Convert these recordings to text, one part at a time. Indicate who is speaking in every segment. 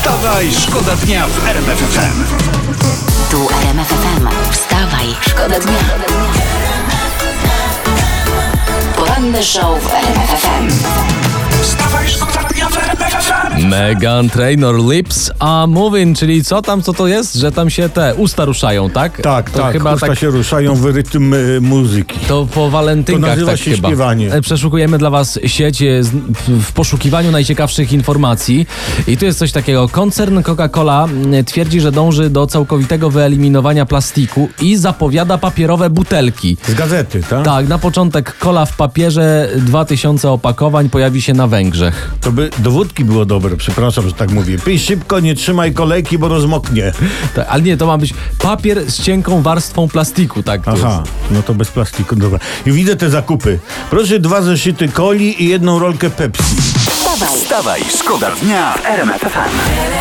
Speaker 1: Wstawaj, szkoda dnia w RMF FM.
Speaker 2: Tu RMF FM. Wstawaj, szkoda dnia. Poranny show w RMF FM.
Speaker 1: Wstawaj, szkoda dnia w RMF FM.
Speaker 3: Meghan Trainor Lips are moving, czyli co to jest? Że tam się te usta ruszają, tak?
Speaker 4: Tak,
Speaker 3: to
Speaker 4: tak,
Speaker 3: chyba
Speaker 4: usta
Speaker 3: tak
Speaker 4: się ruszają w rytm muzyki.
Speaker 3: to po walentynkach
Speaker 4: To nazywa
Speaker 3: tak
Speaker 4: się
Speaker 3: chyba.
Speaker 4: śpiewanie.
Speaker 3: Przeszukujemy dla was sieć w poszukiwaniu najciekawszych informacji i tu jest coś takiego. Koncern Coca-Cola twierdzi, że dąży do całkowitego wyeliminowania plastiku i zapowiada papierowe butelki.
Speaker 4: Z gazety, tak?
Speaker 3: Tak, na początek cola w papierze, 2000 opakowań pojawi się na Węgrzech.
Speaker 4: To by do wódki było dobre, przepraszam, że tak mówię. Pij szybko, nie trzymaj kolejki, bo rozmoknie.
Speaker 3: Tak, ale nie, to ma być papier z cienką warstwą plastiku, tak to
Speaker 4: Aha,
Speaker 3: jest.
Speaker 4: no to bez plastiku, dobra. I widzę te zakupy. Proszę 2 zeszyty coli i 1 rolkę Pepsi.
Speaker 1: Wstawaj, szkoda dnia w RMF FM.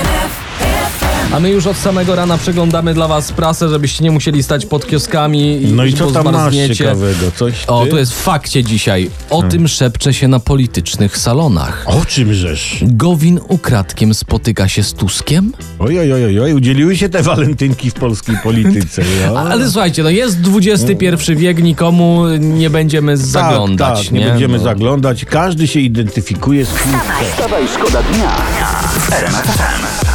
Speaker 3: A my już od samego rana przeglądamy dla was prasę, żebyście nie musieli stać pod kioskami
Speaker 4: No i
Speaker 3: bo
Speaker 4: co tam masz
Speaker 3: zmarzniecie.
Speaker 4: ciekawego? Coś
Speaker 3: O,
Speaker 4: ty?
Speaker 3: tu jest w fakcie dzisiaj. O tym szepcze się na politycznych salonach.
Speaker 4: O czym żeś?
Speaker 3: Gowin ukradkiem spotyka się z Tuskiem?
Speaker 4: Oj, udzieliły się te walentynki w polskiej polityce. Ja.
Speaker 3: Ale słuchajcie, no jest XXI wiek, nikomu nie będziemy zaglądać.
Speaker 4: Tak, nie będziemy
Speaker 3: No.
Speaker 4: zaglądać. Każdy się identyfikuje z kimś.
Speaker 1: Wstawaj, szkoda dnia w RMF FM.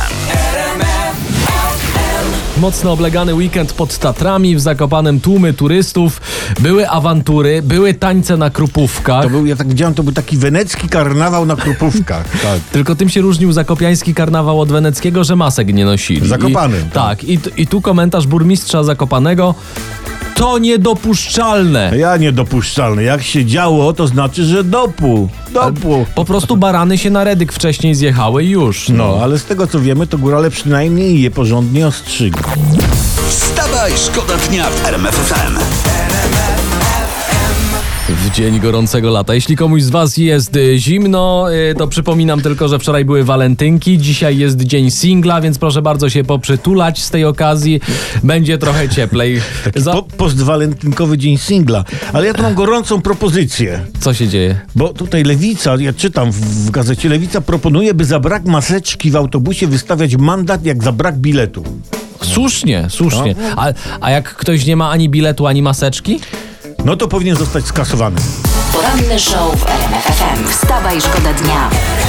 Speaker 3: Mocno oblegany weekend pod Tatrami, w Zakopanem tłumy turystów, były awantury, były tańce na krupówkach.
Speaker 4: To był, ja tak widziałem, to był taki wenecki karnawał na Krupówkach. Tak.
Speaker 3: Tylko tym się różnił zakopiański karnawał od weneckiego, że masek nie nosili.
Speaker 4: W Zakopanem,
Speaker 3: Tak, i tu komentarz burmistrza Zakopanego. To niedopuszczalne.
Speaker 4: Ja niedopuszczalne. Jak się działo, to znaczy, że dopu.
Speaker 3: Po prostu barany się na redyk wcześniej zjechały i już.
Speaker 4: No, ale z tego co wiemy, to górale przynajmniej je porządnie ostrzygli.
Speaker 1: Wstawaj, szkoda dnia w RMF FM.
Speaker 3: W dzień gorącego lata. Jeśli komuś z was jest zimno, to przypominam tylko, że wczoraj były walentynki, dzisiaj jest dzień singla, więc proszę bardzo się poprzytulać z tej okazji. Będzie trochę cieplej.
Speaker 4: Postwalentynkowy dzień singla. Ale ja tu mam gorącą propozycję.
Speaker 3: Co się dzieje?
Speaker 4: Bo tutaj Lewica, ja czytam w gazecie, Lewica proponuje, by za brak maseczki w autobusie wystawiać mandat jak za brak biletu.
Speaker 3: Słusznie. A jak ktoś nie ma ani biletu, ani maseczki?
Speaker 4: No to powinien zostać skasowany.
Speaker 2: Poranny show w RMF FM. Wstawaj, szkoda dnia.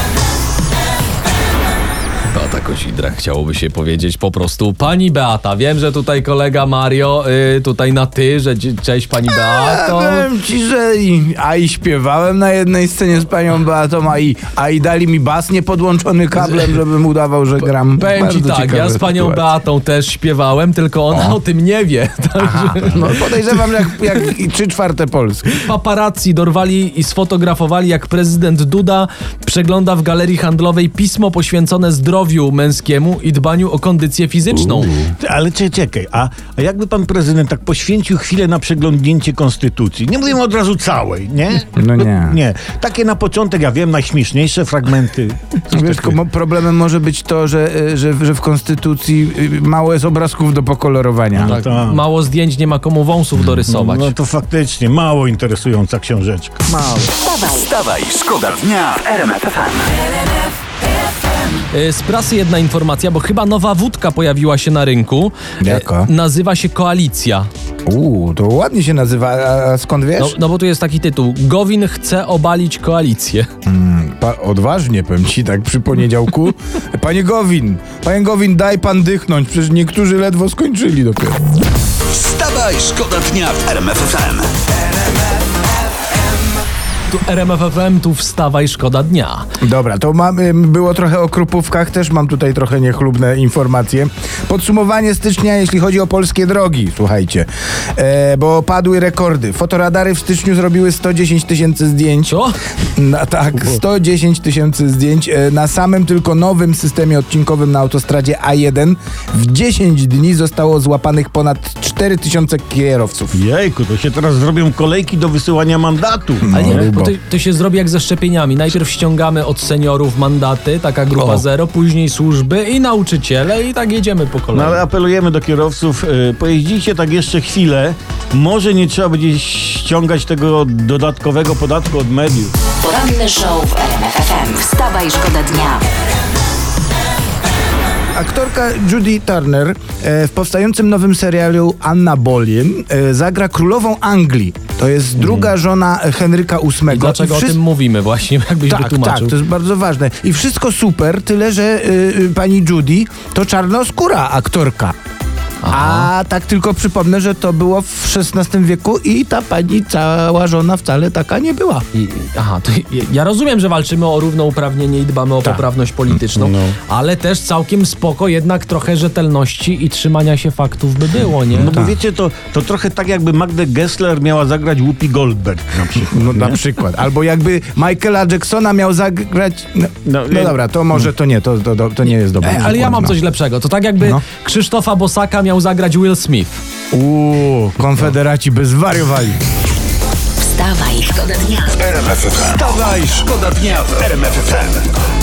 Speaker 3: Beata Kozidra, chciałoby się powiedzieć po prostu pani Beata. Wiem, że tutaj kolega Mario, tutaj na ty, że cześć pani Beato.
Speaker 5: Powiem ci, że i śpiewałem na jednej scenie z panią Beatą, a i dali mi bas niepodłączony kablem, żebym udawał, że gram.
Speaker 3: Powiem ci
Speaker 5: Bardzo
Speaker 3: tak, ja
Speaker 5: ciekawe
Speaker 3: z panią
Speaker 5: sytuacje.
Speaker 3: Beatą też śpiewałem, tylko ona o tym nie wie.
Speaker 5: No podejrzewam, jak 3/4 Polski.
Speaker 3: Paparazzi dorwali i sfotografowali, jak prezydent Duda przegląda w galerii handlowej pismo poświęcone zdrowiu męskiemu i dbaniu o kondycję fizyczną.
Speaker 4: Ale czekaj, a jakby pan prezydent tak poświęcił chwilę na przeglądnięcie konstytucji? Nie mówimy od razu całej, nie?
Speaker 5: No nie.
Speaker 4: Nie. Takie na początek, ja wiem, najśmieszniejsze fragmenty.
Speaker 5: Wiesz, problemem może być to, że w konstytucji mało jest obrazków do pokolorowania.
Speaker 3: Tak,
Speaker 4: tak.
Speaker 3: mało zdjęć, nie ma komu wąsów dorysować.
Speaker 4: No to faktycznie mało interesująca książeczka. Mało.
Speaker 1: Wstawaj, szkoda dnia w RMF FM.
Speaker 3: Z prasy jedna informacja, bo chyba nowa wódka pojawiła się na rynku.
Speaker 5: Jaka?
Speaker 3: Nazywa się Koalicja.
Speaker 5: To ładnie się nazywa, a skąd wiesz?
Speaker 3: No bo tu jest taki tytuł. Gowin chce obalić koalicję.
Speaker 5: Odważnie, powiem ci tak przy poniedziałku. Panie Gowin, daj pan dychnąć, przecież niektórzy ledwo skończyli dopiero.
Speaker 1: Wstawaj, szkoda dnia w RMF FM.
Speaker 3: Tu RMF FM, tu wstawaj, szkoda dnia.
Speaker 5: Dobra, to było trochę o krupówkach, też mam tutaj trochę niechlubne informacje. Podsumowanie stycznia, jeśli chodzi o polskie drogi, słuchajcie, bo padły rekordy. Fotoradary w styczniu zrobiły 110 tysięcy zdjęć.
Speaker 3: Co?
Speaker 5: Tak, 110 tysięcy zdjęć na samym tylko nowym systemie odcinkowym na autostradzie A1. W 10 dni zostało złapanych ponad 4 tysiące kierowców.
Speaker 4: Jejku, to się teraz zrobią kolejki do wysyłania mandatu.
Speaker 3: Ale nie,
Speaker 5: grubo.
Speaker 3: bo to się zrobi jak ze szczepieniami. Najpierw ściągamy od seniorów mandaty, taka grupa zero, później służby i nauczyciele i tak jedziemy po kolei.
Speaker 4: No ale apelujemy do kierowców, pojeździcie tak jeszcze chwilę, może nie trzeba będzie ściągać tego dodatkowego podatku od mediów.
Speaker 2: Poranny show w RMF FM. Wstawaj, szkoda dnia.
Speaker 5: Aktorka Judy Turner w powstającym nowym serialu Anna Boleyn zagra królową Anglii. To jest druga żona Henryka VIII.
Speaker 3: I dlaczego o tym mówimy właśnie, jakbyś wytłumaczył?
Speaker 5: Tak, to jest bardzo ważne. I wszystko super, tyle że pani Judy to czarnoskóra aktorka. A tak tylko przypomnę, że to było w XVI wieku i ta pani cała żona wcale taka nie była.
Speaker 3: To ja rozumiem, że walczymy o równouprawnienie i dbamy o poprawność polityczną, ale też całkiem spoko jednak trochę rzetelności i trzymania się faktów by było, nie?
Speaker 4: No bo wiecie, to trochę tak jakby Magdę Gessler miała zagrać Whoopi Goldberg na przykład.
Speaker 5: No na przykład. Albo jakby Michaela Jacksona miał zagrać... No dobra, to może to nie, to nie jest dobre.
Speaker 3: Ale ja mam coś lepszego. To tak jakby Krzysztofa Bosaka miał zagrać Will Smith.
Speaker 5: Konfederaci by zwariowali.
Speaker 2: Wstawaj, szkoda dnia.
Speaker 1: Wstawaj, szkoda dnia w RMF FM.